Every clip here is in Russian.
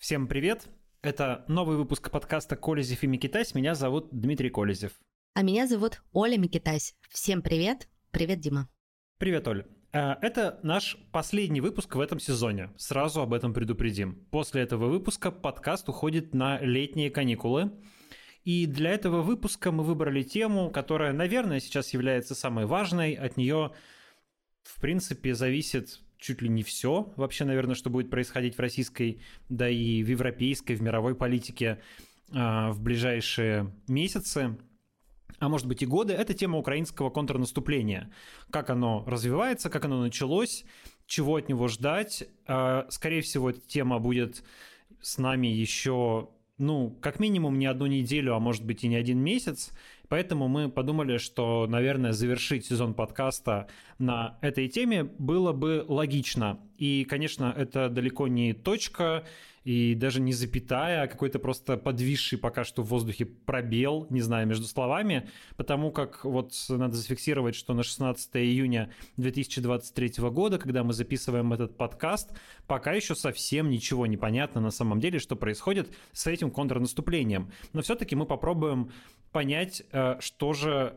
Всем привет! Это новый выпуск подкаста «Колезев и Микитась». Меня зовут Дмитрий Колезев. А меня зовут Оля Микитась. Всем привет! Привет, Дима. Привет, Оль. Это наш последний выпуск в этом сезоне. Сразу об этом предупредим. После этого выпуска подкаст уходит на летние каникулы. И для этого выпуска мы выбрали тему, которая, наверное, сейчас является самой важной. От нее, в принципе, зависит чуть ли не все вообще, наверное, что будет происходить в российской, да и в европейской, в мировой политике в ближайшие месяцы, а может быть и годы. Это тема украинского контрнаступления. Как оно развивается, как оно началось, чего от него ждать. Скорее всего, эта тема будет с нами еще, как минимум не одну неделю, а может быть и не один месяц. Поэтому мы подумали, что, наверное, завершить сезон подкаста на этой теме было бы логично. И, конечно, это далеко не точка и даже не запятая, а какой-то просто подвисший пока что в воздухе пробел, не знаю, между словами, потому как вот надо зафиксировать, что на 16 июня 2023 года, когда мы записываем этот подкаст, пока еще совсем ничего не понятно на самом деле, что происходит с этим контрнаступлением. Но все-таки мы попробуем понять, что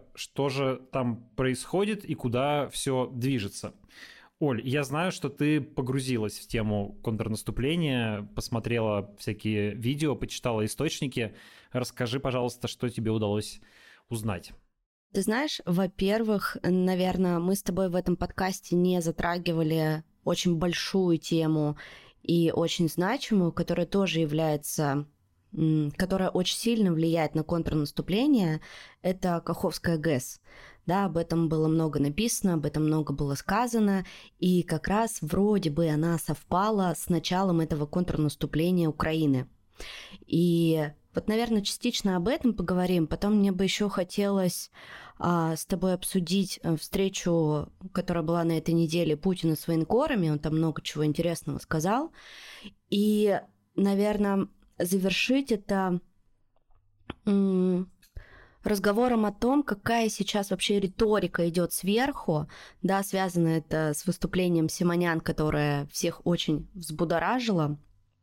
же там происходит и куда все движется. Оль, я знаю, что ты погрузилась в тему контрнаступления, посмотрела всякие видео, почитала источники. Расскажи, пожалуйста, что тебе удалось узнать. Ты знаешь, во-первых, наверное, мы с тобой в этом подкасте не затрагивали очень большую тему и очень значимую, которая тоже является, которая очень сильно влияет на контрнаступление, это Каховская ГЭС. Да, об этом было много написано, об этом много было сказано, и как раз вроде бы она совпала с началом этого контрнаступления Украины. И вот, наверное, частично об этом поговорим. Потом мне бы еще хотелось с тобой обсудить встречу, которая была на этой неделе Путина с военкорами. Он там много чего интересного сказал. И, наверное, завершить это разговором о том, какая сейчас вообще риторика идет сверху, да, связано это с выступлением Симонян, которое всех очень взбудоражило.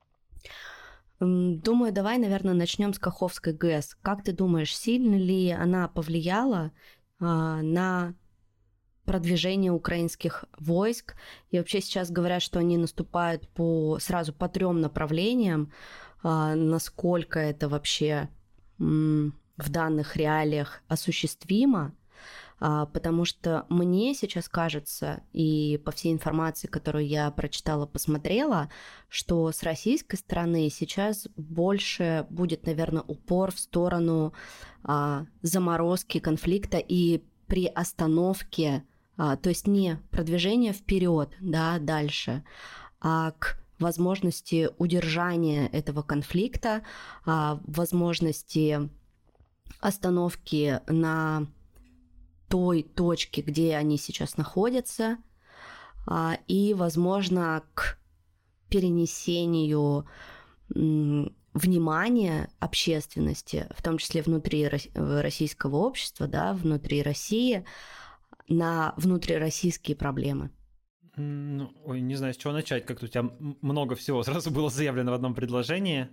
Думаю, давай, наверное, начнем с Каховской ГЭС. Как ты думаешь, сильно ли она повлияла на продвижение украинских войск? И вообще сейчас говорят, что они наступают сразу по 3 направлениям. Насколько это вообще в данных реалиях осуществимо, потому что мне сейчас кажется, и по всей информации, которую я прочитала, посмотрела, что с российской стороны сейчас больше будет, наверное, упор в сторону заморозки конфликта и приостановки, то есть не продвижения вперед, да, дальше, а к возможности удержания этого конфликта, возможности остановки на той точке, где они сейчас находятся, и, возможно, к перенесению внимания общественности, в том числе внутри российского общества, да, внутри России, на внутрироссийские проблемы. Ой, не знаю, с чего начать, как-то у тебя много всего сразу было заявлено в одном предложении.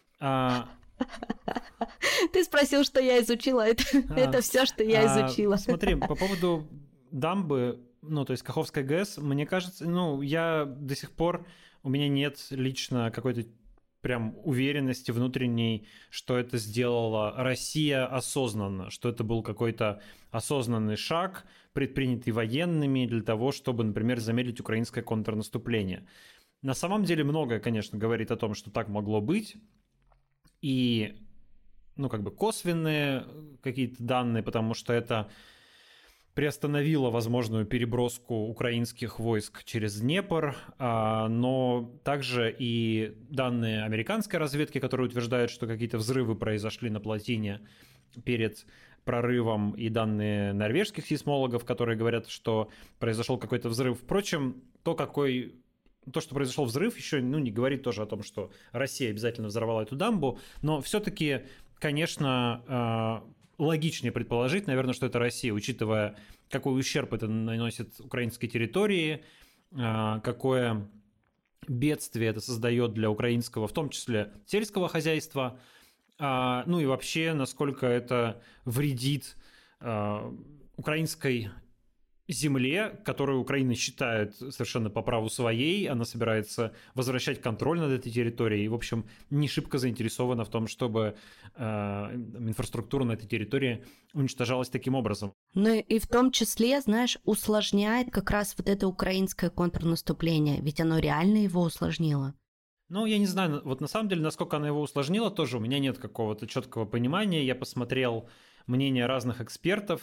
Ты спросил, что я изучила, это все, что я изучила. Смотри, по поводу дамбы, то есть Каховская ГЭС, мне кажется, я до сих пор, у меня нет лично какой-то прям уверенности внутренней, что это сделала Россия осознанно, что это был какой-то осознанный шаг, предпринятый военными для того, чтобы, например, замедлить украинское контрнаступление. На самом деле многое, конечно, говорит о том, что так могло быть, и косвенные какие-то данные, потому что это приостановило возможную переброску украинских войск через Днепр, но также и данные американской разведки, которые утверждают, что какие-то взрывы произошли на плотине перед прорывом, и данные норвежских сейсмологов, которые говорят, что произошел какой-то взрыв. Впрочем, то, что произошел взрыв, еще не говорит тоже о том, что Россия обязательно взорвала эту дамбу, но все-таки, конечно, логичнее предположить, наверное, что это Россия, учитывая, какой ущерб это наносит украинской территории, какое бедствие это создает для украинского, в том числе сельского хозяйства, ну и вообще, насколько это вредит украинской земле, которую Украина считает совершенно по праву своей, она собирается возвращать контроль над этой территорией и, в общем, не шибко заинтересована в том, чтобы инфраструктура на этой территории уничтожалась таким образом. Ну и в том числе, знаешь, усложняет как раз вот это украинское контрнаступление, ведь оно реально его усложнило. Ну, я не знаю, вот на самом деле, насколько она его усложнила, тоже у меня нет какого-то четкого понимания. Я посмотрел мнения разных экспертов,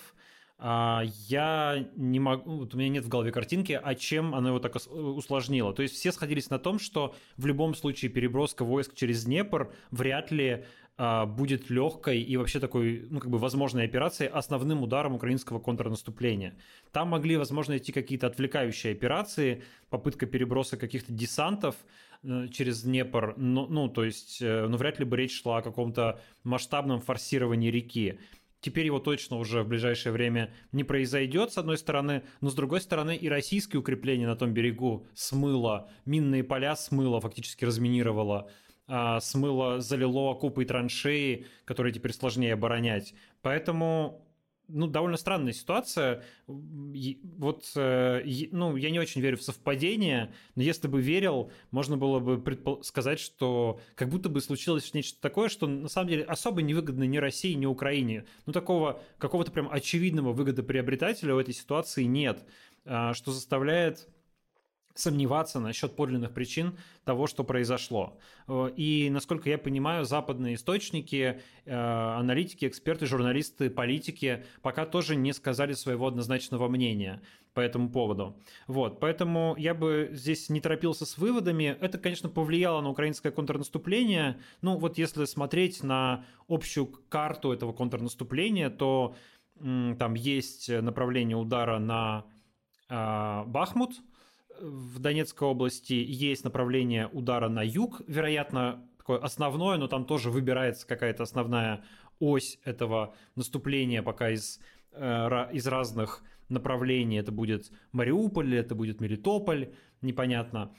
я не могу, вот у меня нет в голове картинки, а чем она его так усложнила. То есть все сходились на том, что в любом случае переброска войск через Днепр вряд ли будет легкой и вообще такой, ну, как бы возможной операцией, основным ударом украинского контрнаступления. Там могли, возможно, идти какие-то отвлекающие операции, попытка переброса каких-то десантов через Днепр, ну, то есть, ну, вряд ли бы речь шла о каком-то масштабном форсировании реки. Теперь его точно уже в ближайшее время не произойдет, с одной стороны, но с другой стороны и российские укрепления на том берегу смыло, минные поля смыло, фактически разминировало, смыло, залило окопы и траншеи, которые теперь сложнее оборонять. Поэтому, ну, довольно странная ситуация. Вот, ну, я не очень верю в совпадение, но если бы верил, можно было бы сказать, что как будто бы случилось нечто такое, что на самом деле особо невыгодно ни России, ни Украине. Ну, такого какого-то прям очевидного выгодоприобретателя в этой ситуации нет, что заставляет сомневаться насчет подлинных причин того, что произошло. И, насколько я понимаю, западные источники, аналитики, эксперты, журналисты, политики пока тоже не сказали своего однозначного мнения по этому поводу. Вот, поэтому я бы здесь не торопился с выводами. Это, конечно, повлияло на украинское контрнаступление. Ну, вот если смотреть на общую карту этого контрнаступления, то там есть направление удара на Бахмут, в Донецкой области, есть направление удара на юг, вероятно, такое основное, но там тоже выбирается какая-то основная ось этого наступления пока из разных направлений. Это будет Мариуполь, это будет Мелитополь, непонятно.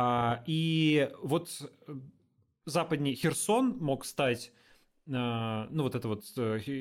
И вот западнее Херсон мог стать, ну вот это вот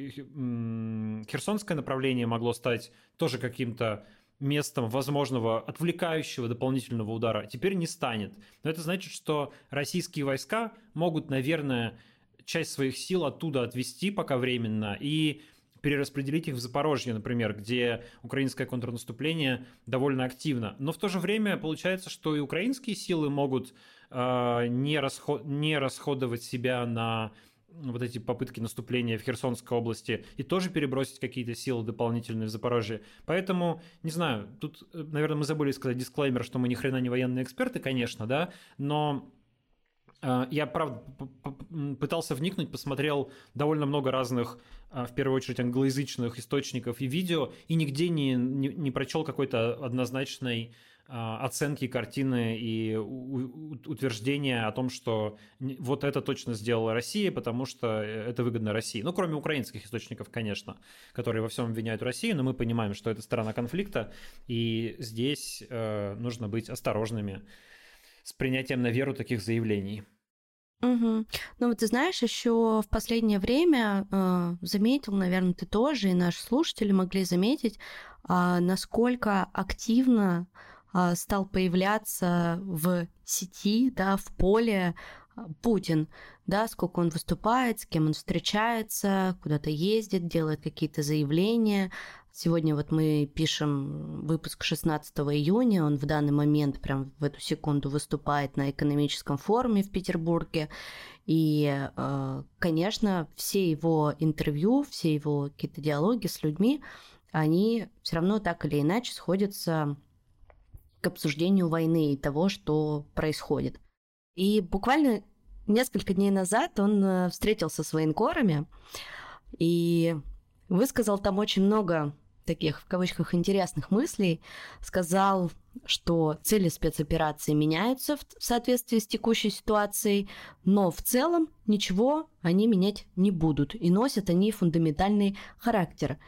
херсонское направление могло стать тоже каким-то местом возможного отвлекающего дополнительного удара, теперь не станет. Но это значит, что российские войска могут, наверное, часть своих сил оттуда отвести пока временно и перераспределить их в Запорожье, например, где украинское контрнаступление довольно активно. Но в то же время получается, что и украинские силы могут не расходовать себя на вот эти попытки наступления в Херсонской области и тоже перебросить какие-то силы дополнительные в Запорожье. Поэтому, не знаю, тут, наверное, мы забыли сказать дисклеймер, что мы ни хрена не военные эксперты, конечно, да, но я, правда, пытался вникнуть, посмотрел довольно много разных, в первую очередь, англоязычных источников и видео, и нигде не прочел какой-то однозначной оценки картины и утверждения о том, что вот это точно сделала Россия, потому что это выгодно России. Ну, кроме украинских источников, конечно, которые во всем обвиняют Россию, но мы понимаем, что это сторона конфликта, и здесь нужно быть осторожными с принятием на веру таких заявлений. Угу. Ну вот ты знаешь, еще в последнее время заметил, наверное, ты тоже, и наши слушатели могли заметить, насколько активно стал появляться в сети, да, в поле Путин, да, сколько он выступает, с кем он встречается, куда-то ездит, делает какие-то заявления. Сегодня вот мы пишем выпуск 16 июня, он в данный момент, прям в эту секунду, выступает на экономическом форуме в Петербурге. И, конечно, все его интервью, все его какие-то диалоги с людьми, они все равно так или иначе сходятся к обсуждению войны и того, что происходит. И буквально несколько дней назад он встретился с военкорами и высказал там очень много таких, в кавычках, интересных мыслей. Сказал, что цели спецоперации меняются в соответствии с текущей ситуацией, но в целом ничего они менять не будут, и носят они фундаментальный характер.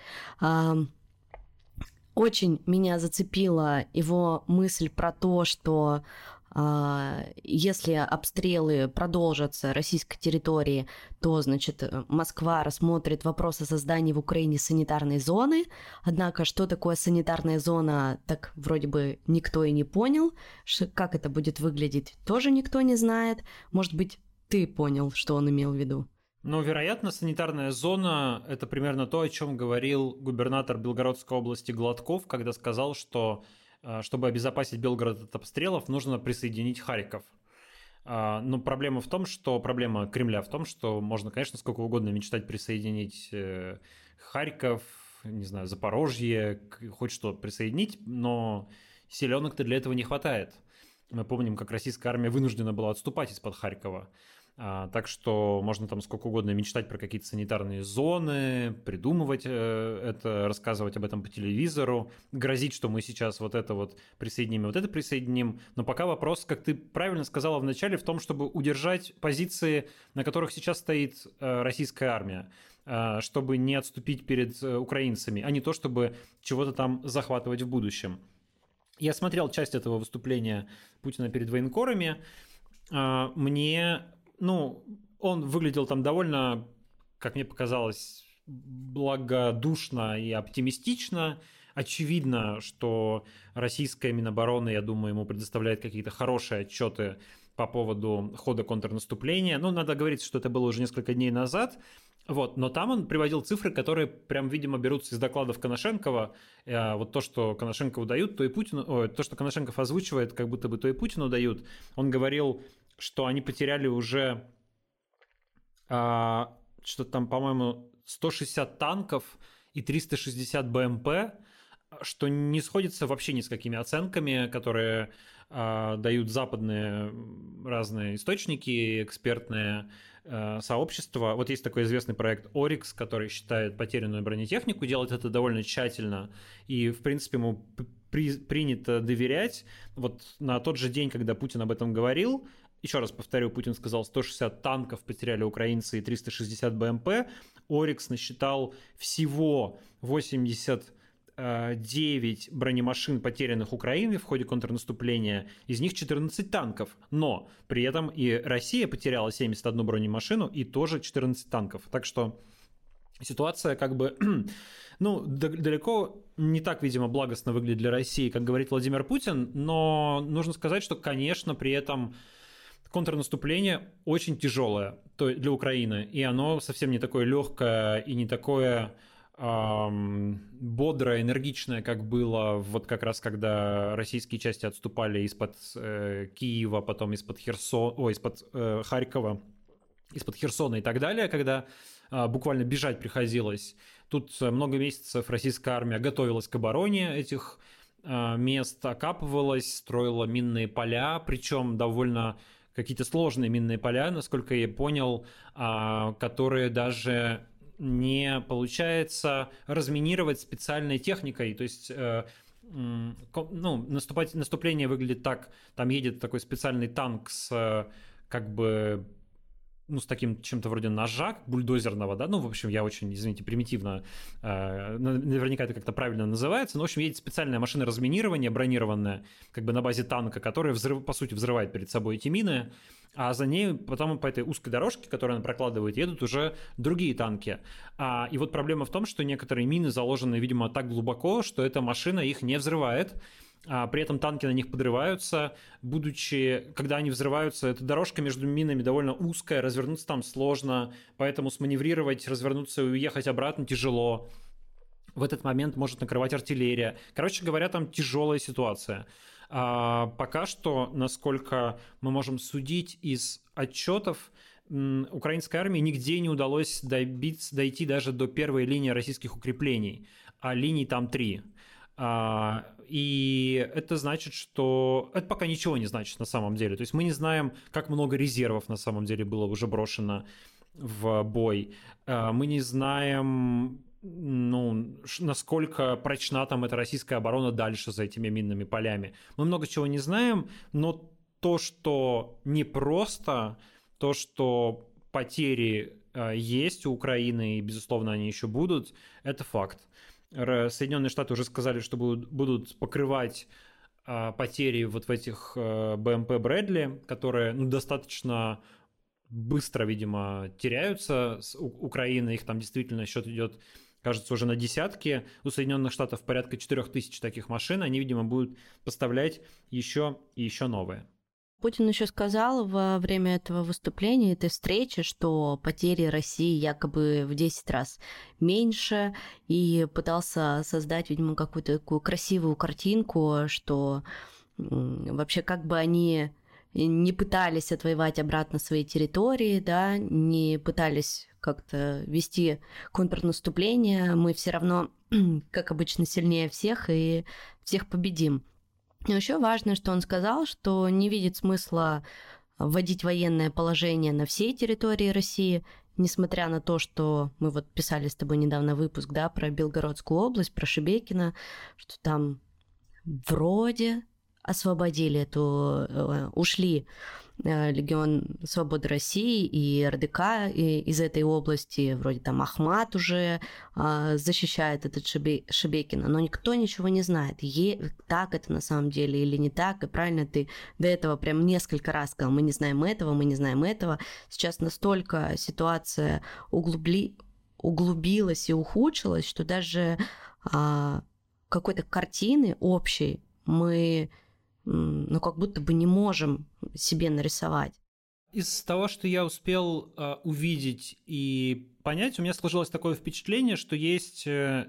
Очень меня зацепила его мысль про то, что Если обстрелы продолжатся российской территории, то, значит, Москва рассмотрит вопрос о создании в Украине санитарной зоны. Однако, что такое санитарная зона, так вроде бы никто и не понял. Как это будет выглядеть, тоже никто не знает. Может быть, ты понял, что он имел в виду? Ну, вероятно, санитарная зона – это примерно то, о чем говорил губернатор Белгородской области Гладков, когда сказал, что чтобы обезопасить Белгород от обстрелов, нужно присоединить Харьков. Но проблема Кремля в том, что можно, конечно, сколько угодно мечтать присоединить Харьков, не знаю, Запорожье, хоть что присоединить, но силенок-то для этого не хватает. Мы помним, как российская армия вынуждена была отступать из-под Харькова. Так что можно там сколько угодно мечтать про какие-то санитарные зоны, придумывать это, рассказывать об этом по телевизору, грозить, что мы сейчас вот это вот присоединим и вот это присоединим. Но пока вопрос, как ты правильно сказала в начале, в том, чтобы удержать позиции, на которых сейчас стоит российская армия, чтобы не отступить перед украинцами, а не то, чтобы чего-то там захватывать в будущем. Я смотрел часть этого выступления Путина перед военкорами. Он выглядел там довольно, как мне показалось, благодушно и оптимистично. Очевидно, что российская Минобороны, я думаю, ему предоставляет какие-то хорошие отчеты по поводу хода контрнаступления. Надо говорить, что это было уже несколько дней назад. Но там он приводил цифры, которые прям, видимо, берутся из докладов Коношенкова. Вот то, что Коношенкову дают, то и Путину... то, что Коношенков озвучивает, как будто бы то и Путину дают. Он говорил, что они потеряли уже что-то там, по-моему, 160 танков и 360 БМП, что не сходится вообще ни с какими оценками, которые дают западные разные источники, экспертные сообщества. Вот есть такой известный проект Oryx, который считает потерянную бронетехнику, делает это довольно тщательно, и, в принципе, ему принято доверять. Вот на тот же день, когда Путин об этом говорил, еще раз повторю, Путин сказал, 160 танков потеряли украинцы и 360 БМП. Oryx насчитал всего 89 бронемашин, потерянных Украиной в ходе контрнаступления. Из них 14 танков. Но при этом и Россия потеряла 71 бронемашину и тоже 14 танков. Так что ситуация как бы... далеко не так, видимо, благостно выглядит для России, как говорит Владимир Путин. Но нужно сказать, что, конечно, при этом... контрнаступление очень тяжелое для Украины, и оно совсем не такое легкое и не такое бодрое, энергичное, как было вот как раз, когда российские части отступали из-под Киева, потом из-под Харькова, из-под Херсона и так далее, когда буквально бежать приходилось. Тут много месяцев российская армия готовилась к обороне этих мест, окапывалась, строила минные поля, причем довольно какие-то сложные минные поля, насколько я понял, которые даже не получается разминировать специальной техникой. То есть наступление выглядит так, там едет такой специальный танк с с таким чем-то вроде ножа, бульдозерного, да, в общем, я очень, извините, примитивно, наверняка это как-то правильно называется, но, в общем, едет специальная машина разминирования, бронированная, на базе танка, которая, по сути, взрывает перед собой эти мины, а за ней потом по этой узкой дорожке, которую она прокладывает, едут уже другие танки. И вот проблема в том, что некоторые мины заложены, видимо, так глубоко, что эта машина их не взрывает, при этом танки на них подрываются, когда они взрываются, эта дорожка между минами довольно узкая, развернуться там сложно, поэтому сманеврировать, развернуться и уехать обратно тяжело. В этот момент может накрывать артиллерия. Короче говоря, там тяжелая ситуация. Пока что, насколько мы можем судить из отчетов, украинской армии нигде не удалось дойти даже до первой линии российских укреплений, а линий там 3. И это значит, что... Это пока ничего не значит на самом деле. То есть мы не знаем, как много резервов на самом деле было уже брошено в бой. Мы не знаем, насколько прочна там эта российская оборона дальше за этими минными полями. Мы много чего не знаем, но то, что непросто, то, что потери есть у Украины, и, безусловно, они еще будут, это факт. Соединенные Штаты уже сказали, что будут покрывать потери вот в этих БМП Брэдли, которые достаточно быстро, видимо, теряются с Украины. Их там действительно счет идет, кажется, уже на десятки. У Соединенных Штатов порядка 4000 таких машин. Они, видимо, будут поставлять еще и еще новые. Путин еще сказал во время этого выступления, этой встречи, что потери России якобы в 10 раз меньше, и пытался создать, видимо, какую-то такую красивую картинку, что вообще как бы они не пытались отвоевать обратно свои территории, да, не пытались как-то вести контрнаступление, мы все равно, как обычно, сильнее всех и всех победим. Но еще важно, что он сказал, что не видит смысла вводить военное положение на всей территории России, несмотря на то, что мы вот писали с тобой недавно выпуск, да, про Белгородскую область, про Шебекино, что там вроде освободили ушли Легион Свободы России и РДК из этой области, вроде там Ахмат уже защищает этот Шебекино, но никто ничего не знает, так это на самом деле или не так, и правильно ты до этого прям несколько раз сказал, мы не знаем этого, мы не знаем этого. Сейчас настолько ситуация углубилась и ухудшилась, что даже какой-то картины общей мы как будто бы не можем себе нарисовать. Из того, что я успел увидеть и понять, у меня сложилось такое впечатление, что есть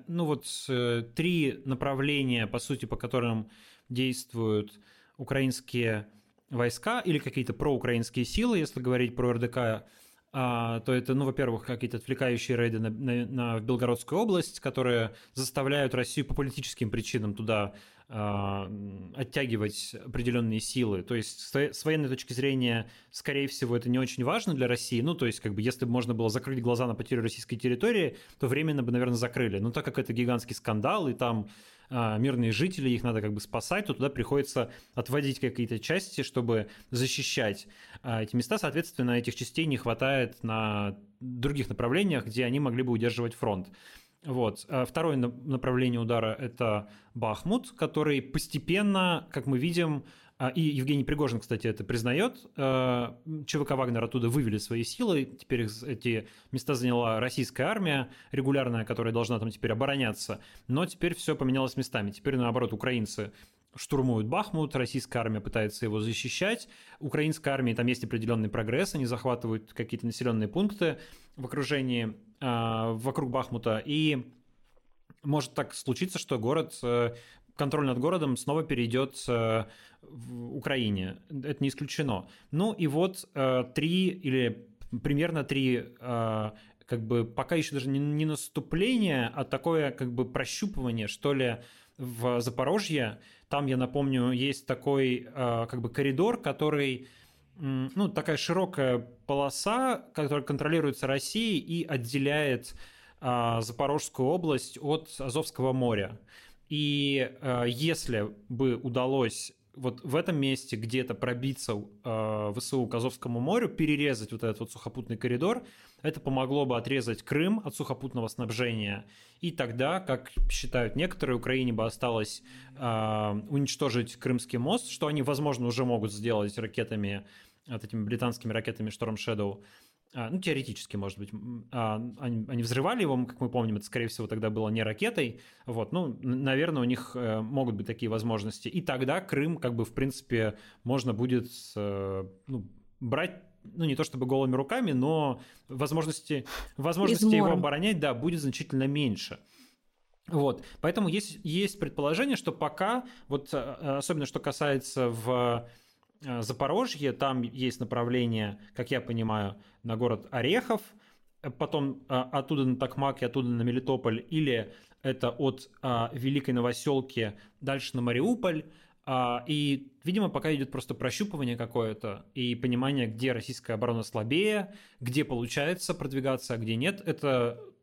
три направления, по сути, по которым действуют украинские войска или какие-то проукраинские силы, если говорить про РДК, то это, во-первых, какие-то отвлекающие рейды на Белгородскую область, которые заставляют Россию по политическим причинам туда оттягивать определенные силы. То есть с военной точки зрения, скорее всего, это не очень важно для России. То есть, если бы можно было закрыть глаза на потерю российской территории, то временно бы, наверное, закрыли. Но так как это гигантский скандал, и там мирные жители, их надо спасать, то туда приходится отводить какие-то части, чтобы защищать эти места. Соответственно, этих частей не хватает на других направлениях, где они могли бы удерживать фронт. Второе направление удара – это Бахмут, который постепенно, как мы видим, и Евгений Пригожин, кстати, это признает, ЧВК «Вагнер» оттуда вывели свои силы, теперь эти места заняла российская армия регулярная, которая должна там теперь обороняться, но теперь все поменялось местами. Теперь, наоборот, украинцы штурмуют Бахмут, российская армия пытается его защищать, украинской армии там есть определенный прогресс, они захватывают какие-то населенные пункты в окружении, вокруг Бахмута, и может так случиться, что контроль над городом снова перейдет в Украине. Это не исключено. Примерно три пока еще даже не наступление, а такое прощупывание, что ли, в Запорожье. Там, я напомню, есть такой коридор, который такая широкая полоса, которая контролируется Россией и отделяет Запорожскую область от Азовского моря. И если бы удалось в этом месте где-то пробиться ВСУ к Азовскому морю, перерезать этот сухопутный коридор, это помогло бы отрезать Крым от сухопутного снабжения. И тогда, как считают некоторые, Украине бы осталось уничтожить Крымский мост, что они, возможно, уже могут сделать ракетами, этими британскими ракетами Storm Shadow. Теоретически, может быть. Они взрывали его, как мы помним, это, скорее всего, тогда было не ракетой. Наверное, у них могут быть такие возможности. И тогда Крым, в принципе, можно будет брать, не то чтобы голыми руками, но возможности его оборонять, да, будет значительно меньше. Поэтому есть предположение, что пока, особенно что касается в Запорожье, там есть направление, как я понимаю, на город Орехов, потом оттуда на Токмак и оттуда на Мелитополь, или это от Великой Новоселки дальше на Мариуполь. И, видимо, пока идет просто прощупывание какое-то и понимание, где российская оборона слабее, где получается продвигаться, а где нет. Это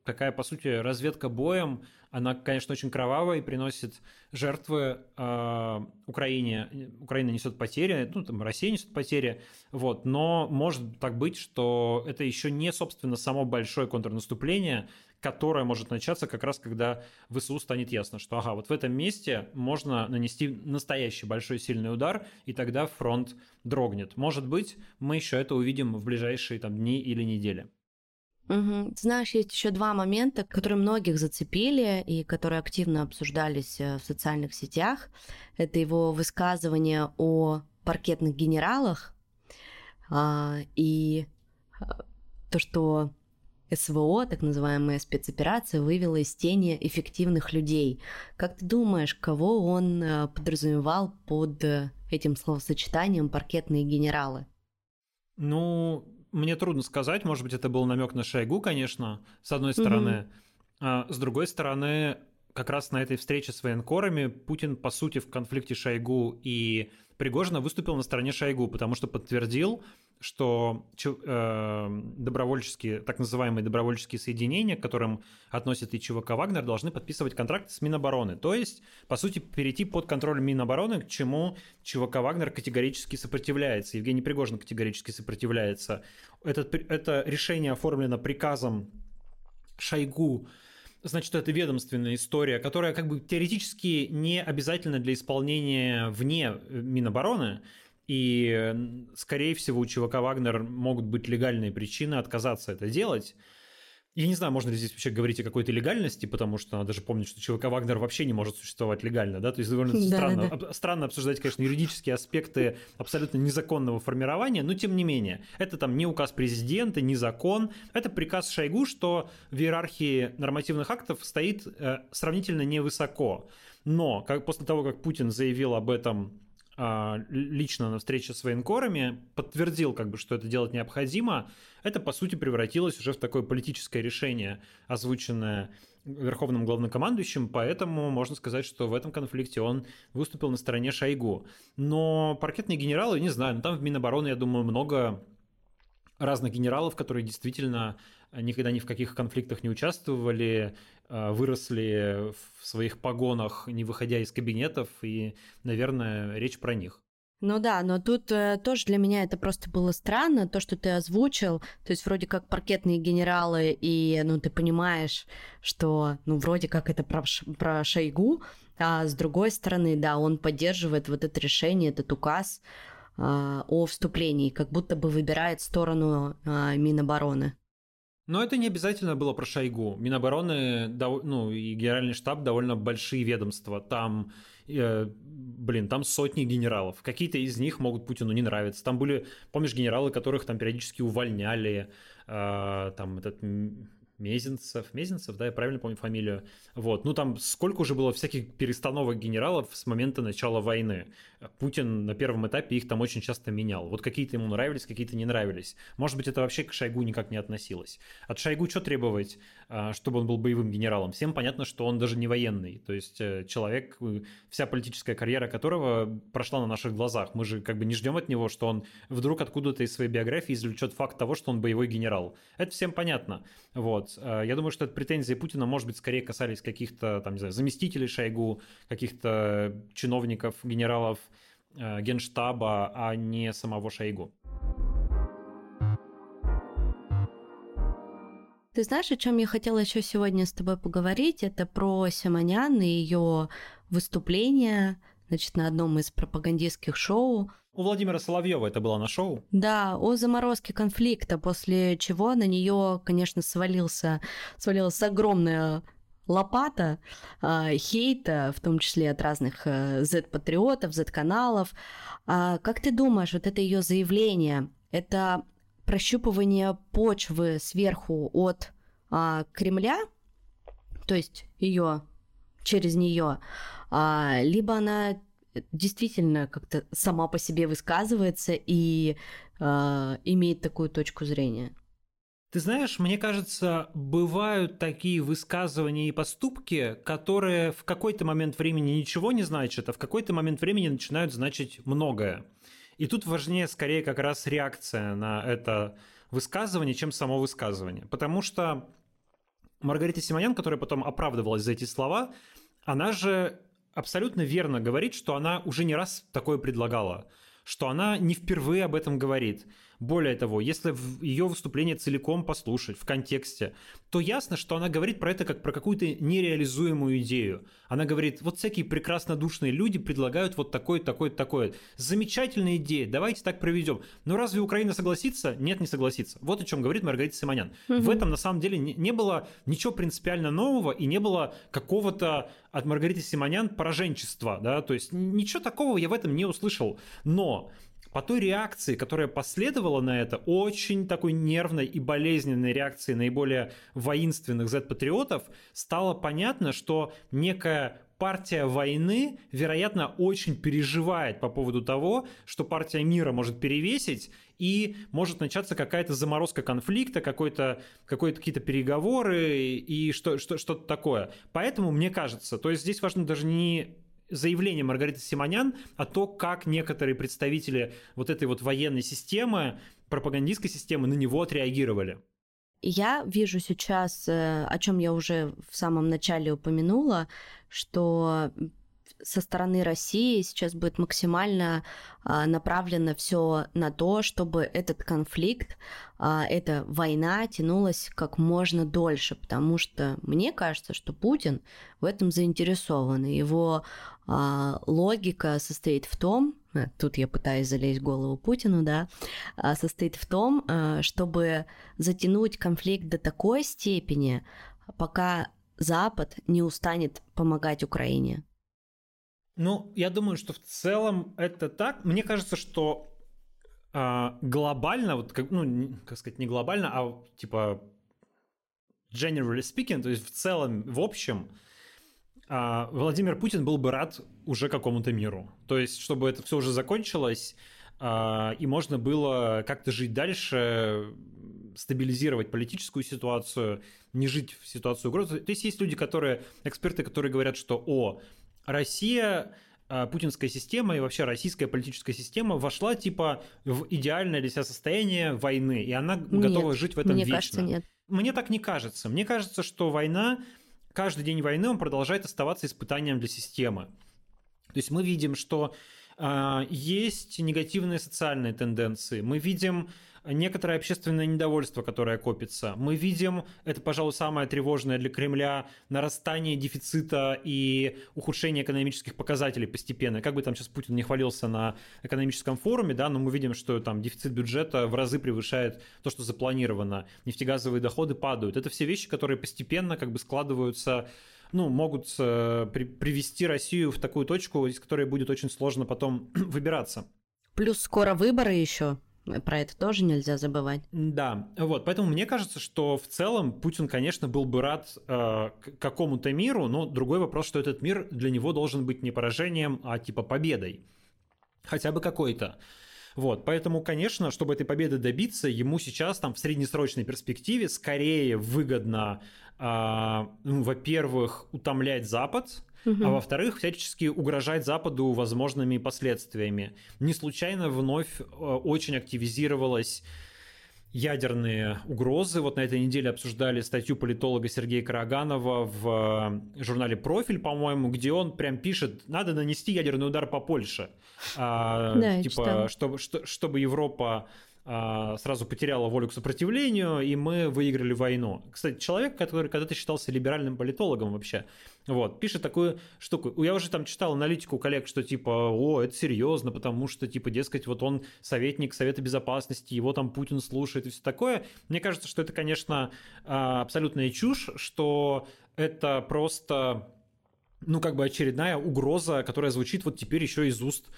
такая, по сути, разведка боем, она, конечно, очень кровавая и приносит жертвы Украине. Украина несет потери, ну, там, Россия несет потери, вот, но может так быть, что это еще не, собственно, само большое контрнаступление, которое может начаться как раз, когда ВСУ станет ясно, что, ага, вот в этом месте можно нанести настоящий большой сильный удар, и тогда фронт дрогнет. Может быть, мы еще это увидим в ближайшие там дни или недели. Угу. Знаешь, есть еще два момента, которые многих зацепили и которые активно обсуждались в социальных сетях. Это его высказывание о паркетных генералах и то, что СВО, так называемая спецоперация, вывела из тени эффективных людей. Как ты думаешь, кого он подразумевал под этим словосочетанием «паркетные генералы»? Ну, мне трудно сказать, может быть, это был намек на Шойгу, конечно, с одной стороны. А с другой стороны, как раз на этой встрече с военкорами Путин, по сути, в конфликте Шойгу и Пригожина выступил на стороне Шойгу, потому что подтвердил, что добровольческие, так называемые добровольческие соединения, к которым относят и ЧВК «Вагнер», должны подписывать контракты с Минобороны. То есть, по сути, перейти под контроль Минобороны, к чему ЧВК «Вагнер» категорически сопротивляется. Евгений Пригожин категорически сопротивляется. Это решение оформлено приказом Шойгу. Значит, это ведомственная история, которая как бы теоретически не обязательна для исполнения вне Минобороны. И, скорее всего, у ЧВК «Вагнер» могут быть легальные причины отказаться это делать. Я не знаю, можно ли здесь вообще говорить о какой-то легальности, потому что надо же помнить, что ЧВК «Вагнер» вообще не может существовать легально, да, то есть довольно странно обсуждать, конечно, юридические аспекты абсолютно незаконного формирования, но тем не менее, это там не указ президента, не закон, это приказ Шойгу, что в иерархии нормативных актов стоит сравнительно невысоко. Но после того, как Путин заявил об этом лично на встрече с военкорами, подтвердил, как бы, что это делать необходимо, это, по сути, превратилось уже в такое политическое решение, озвученное верховным главнокомандующим, поэтому можно сказать, что в этом конфликте он выступил на стороне Шойгу. Но паркетные генералы, не знаю, там в Минобороны, я думаю, много разных генералов, которые действительно никогда ни в каких конфликтах не участвовали, выросли в своих погонах, не выходя из кабинетов, и, наверное, речь про них. Ну да, но тут тоже для меня это просто было странно, то, что ты озвучил, то есть вроде как паркетные генералы, и, ну, ты понимаешь, что, ну, вроде как это про Шойгу, а с другой стороны, да, он поддерживает вот это решение, этот указ о вступлении, как будто бы выбирает сторону Минобороны. Но это не обязательно было про Шойгу. Минобороны, ну, и Генеральный штаб довольно большие ведомства. Там, там сотни генералов. Какие-то из них могут Путину не нравиться. Там были, помнишь, генералы, которых там периодически увольняли. Там этот Мезенцев, да, я правильно помню фамилию. Вот, ну там сколько уже было всяких перестановок генералов с момента начала войны. Путин на первом этапе их там очень часто менял. Вот какие-то ему нравились, какие-то не нравились. Может быть, это вообще к Шойгу никак не относилось. От Шойгу что требовать, чтобы он был боевым генералом? Всем понятно, что он даже не военный. То есть человек, вся политическая карьера которого прошла на наших глазах. Мы же как бы не ждем от него, что он вдруг откуда-то из своей биографии извлечет факт того, что он боевой генерал. Это всем понятно. Вот. Я думаю, что претензии Путина, может быть, скорее касались каких-то, там, не знаю, заместителей Шойгу, каких-то чиновников, генералов Генштаба, а не самого Шойгу. Ты знаешь, о чем я хотела еще сегодня с тобой поговорить? Это про Симонян и ее выступление, значит, на одном из пропагандистских шоу. У Владимира Соловьева это было на шоу? Да, о заморозке конфликта, после чего на нее, конечно, свалилась огромная лопата хейта, в том числе от разных Z-патриотов, Z-каналов. Как ты думаешь, вот это ее заявление, это прощупывание почвы сверху от Кремля, то есть ее через нее, либо она действительно как-то сама по себе высказывается и имеет такую точку зрения? Ты знаешь, мне кажется, бывают такие высказывания и поступки, которые в какой-то момент времени ничего не значат, а в какой-то момент времени начинают значить многое. И тут важнее скорее как раз реакция на это высказывание, чем само высказывание. Потому что Маргарита Симонян, которая потом оправдывалась за эти слова, она же абсолютно верно говорит, что она уже не раз такое предлагала, что она не впервые об этом говорит. Более того, если ее выступление целиком послушать в контексте, то ясно, что она говорит про это как про какую-то нереализуемую идею. Она говорит, вот всякие прекраснодушные люди предлагают вот такое, такое, такое. Замечательная идея, давайте так проведем. Но разве Украина согласится? Нет, не согласится. Вот о чем говорит Маргарита Симонян. В этом на самом деле не было ничего принципиально нового и не было какого-то от Маргариты Симонян пораженчества. Да? То есть ничего такого я в этом не услышал. Но по той реакции, которая последовала на это, очень такой нервной и болезненной реакции наиболее воинственных Z-патриотов, стало понятно, что некая партия войны, вероятно, очень переживает по поводу того, что партия мира может перевесить, и может начаться какая-то заморозка конфликта, какие-то переговоры и что-то такое. Поэтому, мне кажется, то есть здесь важно даже не заявление Маргариты Симонян, а то, как некоторые представители вот этой вот военной системы, пропагандистской системы на него отреагировали. Я вижу сейчас, о чем я уже в самом начале упомянула, что со стороны России сейчас будет максимально направлено все на то, чтобы этот конфликт, эта война тянулась как можно дольше, потому что мне кажется, что Путин в этом заинтересован. Его логика состоит в том, тут я пытаюсь залезть в голову Путину, да, состоит в том, чтобы затянуть конфликт до такой степени, пока Запад не устанет помогать Украине. Ну, я думаю, что в целом это так. Мне кажется, что глобально, вот, как сказать, не глобально, а типа generally speaking, то есть в целом, в общем, Владимир Путин был бы рад уже какому-то миру. То есть, чтобы это все уже закончилось, и можно было как-то жить дальше, стабилизировать политическую ситуацию, не жить в ситуацию угрозы. То есть, есть люди, эксперты, которые говорят, что Россия, путинская система и вообще российская политическая система вошла типа в идеальное для себя состояние войны, и она готова жить в этом мне вечно. Кажется, нет. Мне так не кажется. Мне кажется, что каждый день войны он продолжает оставаться испытанием для системы. То есть мы видим, что есть негативные социальные тенденции, мы видим некоторое общественное недовольство, которое копится. Мы видим, это, пожалуй, самое тревожное для Кремля, нарастание дефицита и ухудшение экономических показателей постепенно. Как бы там сейчас Путин не хвалился на экономическом форуме, да, но мы видим, что там дефицит бюджета в разы превышает то, что запланировано. Нефтегазовые доходы падают. Это все вещи, которые постепенно как бы складываются, могут привести Россию в такую точку, из которой будет очень сложно потом выбираться. Плюс скоро выборы еще. Про это тоже нельзя забывать. Да, вот, поэтому мне кажется, что в целом Путин, конечно, был бы рад какому-то миру, но другой вопрос, что этот мир для него должен быть не поражением, а типа победой. Хотя бы какой-то. Вот, поэтому, конечно, чтобы этой победы добиться, ему сейчас там в среднесрочной перспективе скорее выгодно, во-первых, утомлять Запад, а во-вторых, всячески угрожать Западу возможными последствиями. Не случайно вновь очень активизировалась ядерные угрозы. Вот на этой неделе обсуждали статью политолога Сергея Караганова в журнале «Профиль», по-моему, где он прям пишет, надо нанести ядерный удар по Польше. Типа, чтобы Европа сразу потеряла волю к сопротивлению, и мы выиграли войну. Кстати, человек, который когда-то считался либеральным политологом вообще, вот, пишет такую штуку. Я уже там читал аналитику коллег, что типа, это серьезно, потому что, типа, дескать, вот он советник Совета Безопасности, его там Путин слушает и все такое. Мне кажется, что это, конечно, абсолютная чушь, что это просто, очередная угроза, которая звучит вот теперь еще из уст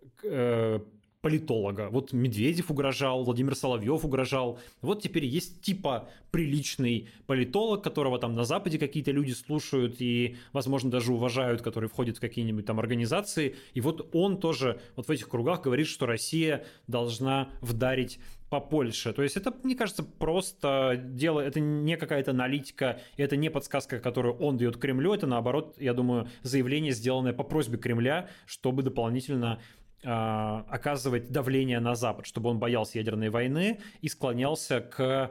политолога. Вот Медведев угрожал, Владимир Соловьев угрожал. Вот теперь есть типа приличный политолог, которого там на Западе какие-то люди слушают и, возможно, даже уважают, который входит в какие-нибудь там организации. И вот он тоже вот в этих кругах говорит, что Россия должна вдарить по Польше. То есть это, мне кажется, просто дело, это не какая-то аналитика, это не подсказка, которую он дает Кремлю, это наоборот, я думаю, заявление, сделанное по просьбе Кремля, чтобы дополнительно оказывать давление на Запад, чтобы он боялся ядерной войны и склонялся к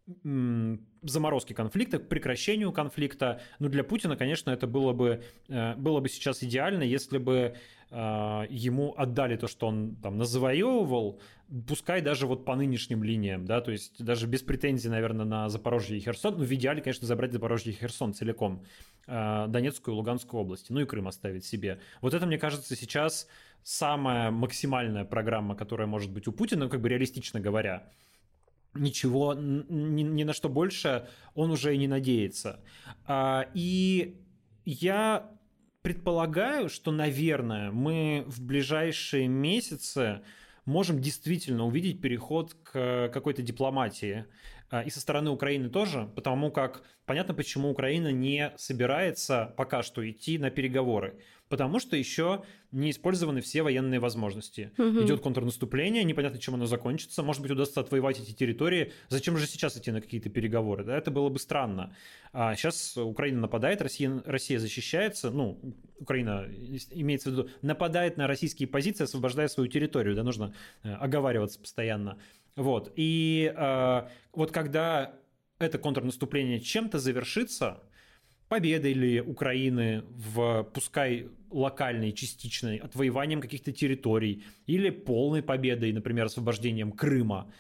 заморозке конфликта, к прекращению конфликта. Ну, для Путина, конечно, это было бы сейчас идеально, если бы ему отдали то, что он там назавоевывал, пускай даже вот по нынешним линиям, да, то есть даже без претензий, наверное, на Запорожье и Херсон, ну, в идеале, конечно, забрать Запорожье и Херсон целиком, Донецкую и Луганскую области, ну и Крым оставить себе. Вот это, мне кажется, сейчас самая максимальная программа, которая может быть у Путина, ну, как бы реалистично говоря. Ничего, ни на что больше он уже и не надеется. И я предполагаю, что, наверное, мы в ближайшие месяцы можем действительно увидеть переход к какой-то дипломатии. И со стороны Украины тоже, потому как понятно, почему Украина не собирается пока что идти на переговоры. Потому что еще не использованы все военные возможности. Идет контрнаступление, непонятно, чем оно закончится. Может быть, удастся отвоевать эти территории. Зачем же сейчас идти на какие-то переговоры? Да, это было бы странно. А сейчас Украина нападает, Россия защищается. Ну, Украина, имеется в виду, нападает на российские позиции, освобождая свою территорию. Да, нужно оговариваться постоянно. Вот. И вот когда это контрнаступление чем-то завершится, победой ли Украины в, пускай локальной, частичной, отвоеванием каких-то территорий, или полной победой, например, освобождением Крыма.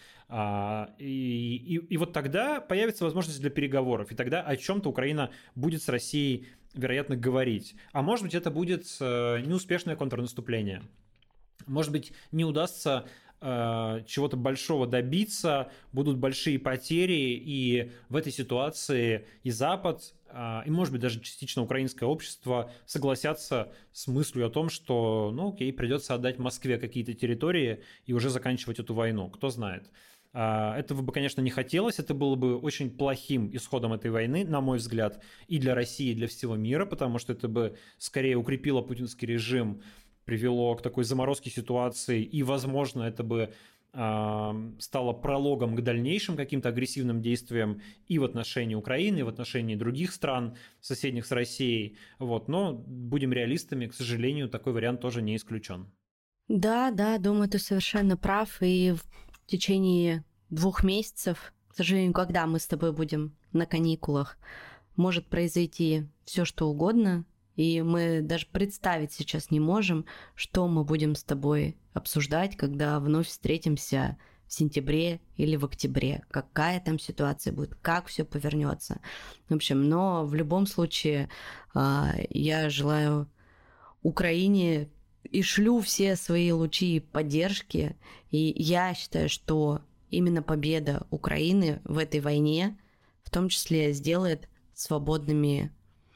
И вот тогда появится возможность для переговоров, и тогда о чем-то Украина будет с Россией, вероятно, говорить. А может быть, это будет неуспешное контрнаступление. Может быть, не удастся чего-то большого добиться, будут большие потери, и в этой ситуации и Запад, и, может быть, даже частично украинское общество согласятся с мыслью о том, что, ну окей, придется отдать Москве какие-то территории и уже заканчивать эту войну, кто знает. Этого бы, конечно, не хотелось, это было бы очень плохим исходом этой войны, на мой взгляд, и для России, и для всего мира, потому что это бы скорее укрепило путинский режим, привело к такой заморозке ситуации, и, возможно, это бы стало прологом к дальнейшим каким-то агрессивным действиям и в отношении Украины, и в отношении других стран, соседних с Россией. Вот. Но будем реалистами, к сожалению, такой вариант тоже не исключен. Да, думаю, ты совершенно прав. И в течение 2 месяцев, к сожалению, когда мы с тобой будем на каникулах, может произойти все, что угодно. И мы даже представить сейчас не можем, что мы будем с тобой обсуждать, когда вновь встретимся в сентябре или в октябре. Какая там ситуация будет, как все повернется. В общем, но в любом случае я желаю Украине и шлю все свои лучи поддержки. И я считаю, что именно победа Украины в этой войне в том числе сделает свободной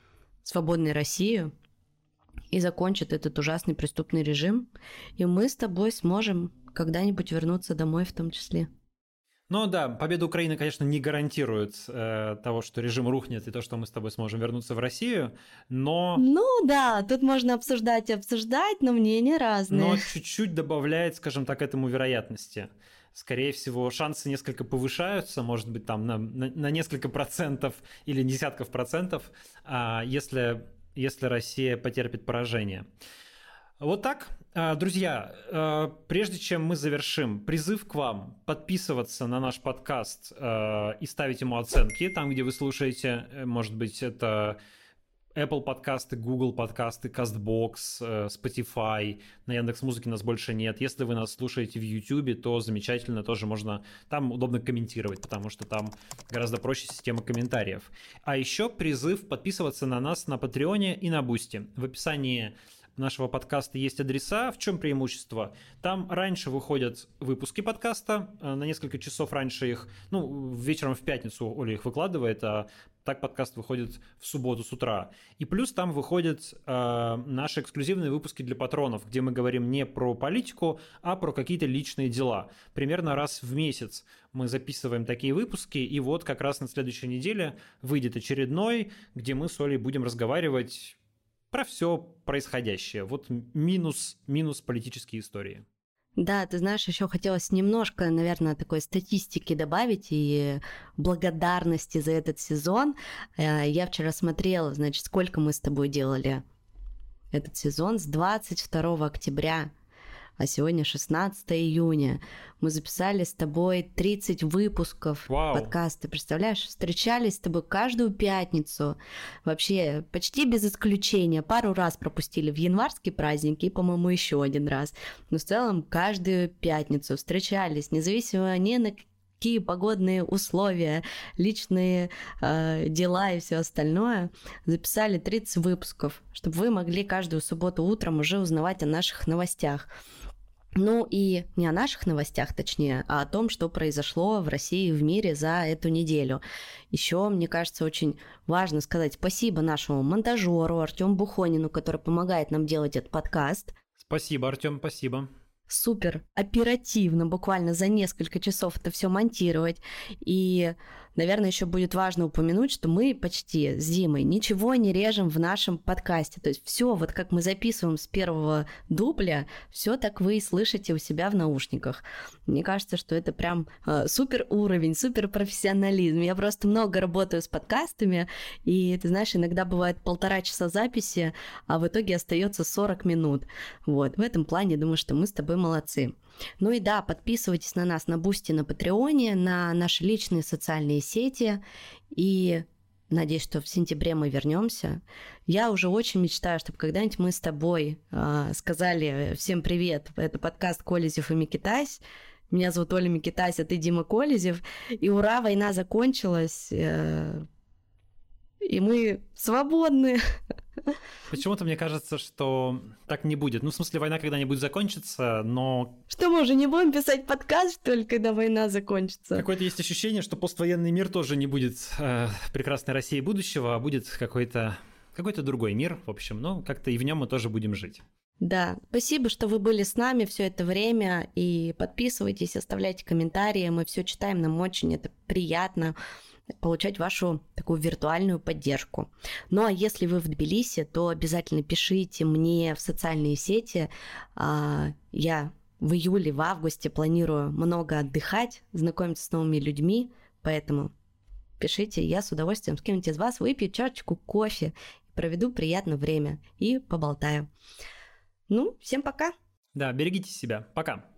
Россию и закончит этот ужасный преступный режим, и мы с тобой сможем когда-нибудь вернуться домой в том числе. Ну да, победа Украины, конечно, не гарантирует того, что режим рухнет и то, что мы с тобой сможем вернуться в Россию, но... Ну да, тут можно обсуждать, но мнения разные. Но чуть-чуть добавляет, скажем так, этому вероятности. Скорее всего, шансы несколько повышаются, может быть, там на несколько процентов или десятков процентов, если Россия потерпит поражение. Вот так. Друзья, прежде чем мы завершим, призыв к вам подписываться на наш подкаст и ставить ему оценки там, где вы слушаете. Может быть, это Apple подкасты, Google подкасты, CastBox, Spotify, на Яндекс.Музыке нас больше нет. Если вы нас слушаете в YouTube, то замечательно, тоже можно, там удобно комментировать, потому что там гораздо проще система комментариев. А еще призыв подписываться на нас на Патреоне и на Бусти. В описании нашего подкаста есть адреса. В чем преимущество? Там раньше выходят выпуски подкаста, на несколько часов раньше их, вечером в пятницу Оля их выкладывает, а так подкаст выходит в субботу с утра. И плюс там выходят наши эксклюзивные выпуски для патронов, где мы говорим не про политику, а про какие-то личные дела. Примерно раз в месяц мы записываем такие выпуски, и вот как раз на следующей неделе выйдет очередной, где мы с Олей будем разговаривать про все происходящее. Вот минус политические истории. Да, ты знаешь, еще хотелось немножко, наверное, такой статистики добавить и благодарности за этот сезон. Я вчера смотрела, значит, сколько мы с тобой делали этот сезон. С 22 октября а сегодня 16 июня. Мы записали с тобой 30 выпусков подкаста, представляешь? Встречались с тобой каждую пятницу, вообще почти без исключения. Пару раз пропустили в январские праздники и, по-моему, еще один раз. Но в целом каждую пятницу встречались, независимо ни на какие погодные условия, личные дела и все остальное. Записали 30 выпусков, чтобы вы могли каждую субботу утром уже узнавать о наших новостях. Ну и не о наших новостях, точнее, а о том, что произошло в России и в мире за эту неделю. Еще, мне кажется, очень важно сказать спасибо нашему монтажеру Артему Бухонину, который помогает нам делать этот подкаст. Спасибо, Артем, спасибо. Супер оперативно, буквально за несколько часов это все монтировать. И, наверное, еще будет важно упомянуть, что мы почти с Димой ничего не режем в нашем подкасте. То есть все, вот как мы записываем с первого дубля, все так вы и слышите у себя в наушниках. Мне кажется, что это прям супер уровень, супер профессионализм. Я просто много работаю с подкастами, и, ты знаешь, иногда бывает 1,5 часа записи, а в итоге остается 40 минут. Вот, в этом плане, думаю, что мы с тобой молодцы. Ну и да, подписывайтесь на нас на Бусти, на Патреоне, на наши личные социальные сети. И надеюсь, что в сентябре мы вернемся. Я уже очень мечтаю, чтобы когда-нибудь мы с тобой сказали всем привет. Это подкаст Колезев и Микитась. Меня зовут Оля Микитась, а ты Дима Колезев. И ура, война закончилась. И мы свободны. Почему-то мне кажется, что так не будет. Ну, в смысле, война когда-нибудь закончится, но... Что, мы уже не будем писать подкаст, что ли, когда война закончится? Какое-то есть ощущение, что поствоенный мир тоже не будет прекрасной России будущего, а будет какой-то другой мир, в общем. Ну, как-то и в нем мы тоже будем жить. Да, спасибо, что вы были с нами все это время, и подписывайтесь, оставляйте комментарии, мы все читаем, нам очень это приятно получать вашу такую виртуальную поддержку. Ну а если вы в Тбилиси, то обязательно пишите мне в социальные сети. Я в июле, в августе планирую много отдыхать, знакомиться с новыми людьми, поэтому пишите, я с удовольствием с кем-нибудь из вас выпью чашечку кофе, проведу приятное время и поболтаю. Ну, всем пока! Да, берегите себя. Пока!